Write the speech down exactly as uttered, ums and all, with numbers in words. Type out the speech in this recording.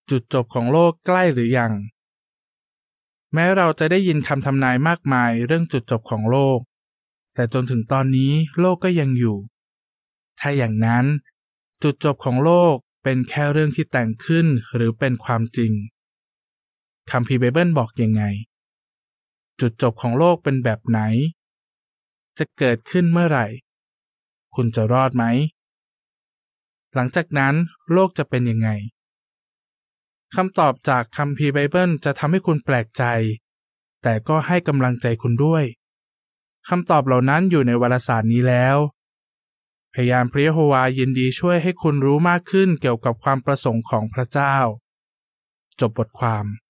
จุดจบของโลกใกล้หรือยังแม้เราจะได้ยินคำทำนายมากมายเรื่องจุดจบของโลกแต่จนถึงตอนนี้โลกก็ยังอยู่ถ้าอย่างนั้นจุดจบของโลกเป็นแค่เรื่องที่แต่งขึ้นหรือเป็นความจริงคัมภีร์ไบเบิลบอกยังไงจุดจบของโลกเป็นแบบไหนจะเกิดขึ้นเมื่อไหร่คุณจะรอดไหมหลังจากนั้นโลกจะเป็นยังไงคำตอบจากคัมภีร์ไบเบิลจะทำให้คุณแปลกใจแต่ก็ให้กำลังใจคุณด้วยคำตอบเหล่านั้นอยู่ในวารสารนี้แล้วพยานพระยะโฮวายินดีช่วยให้คุณรู้มากขึ้นเกี่ยวกับความประสงค์ของพระเจ้าจบบทความ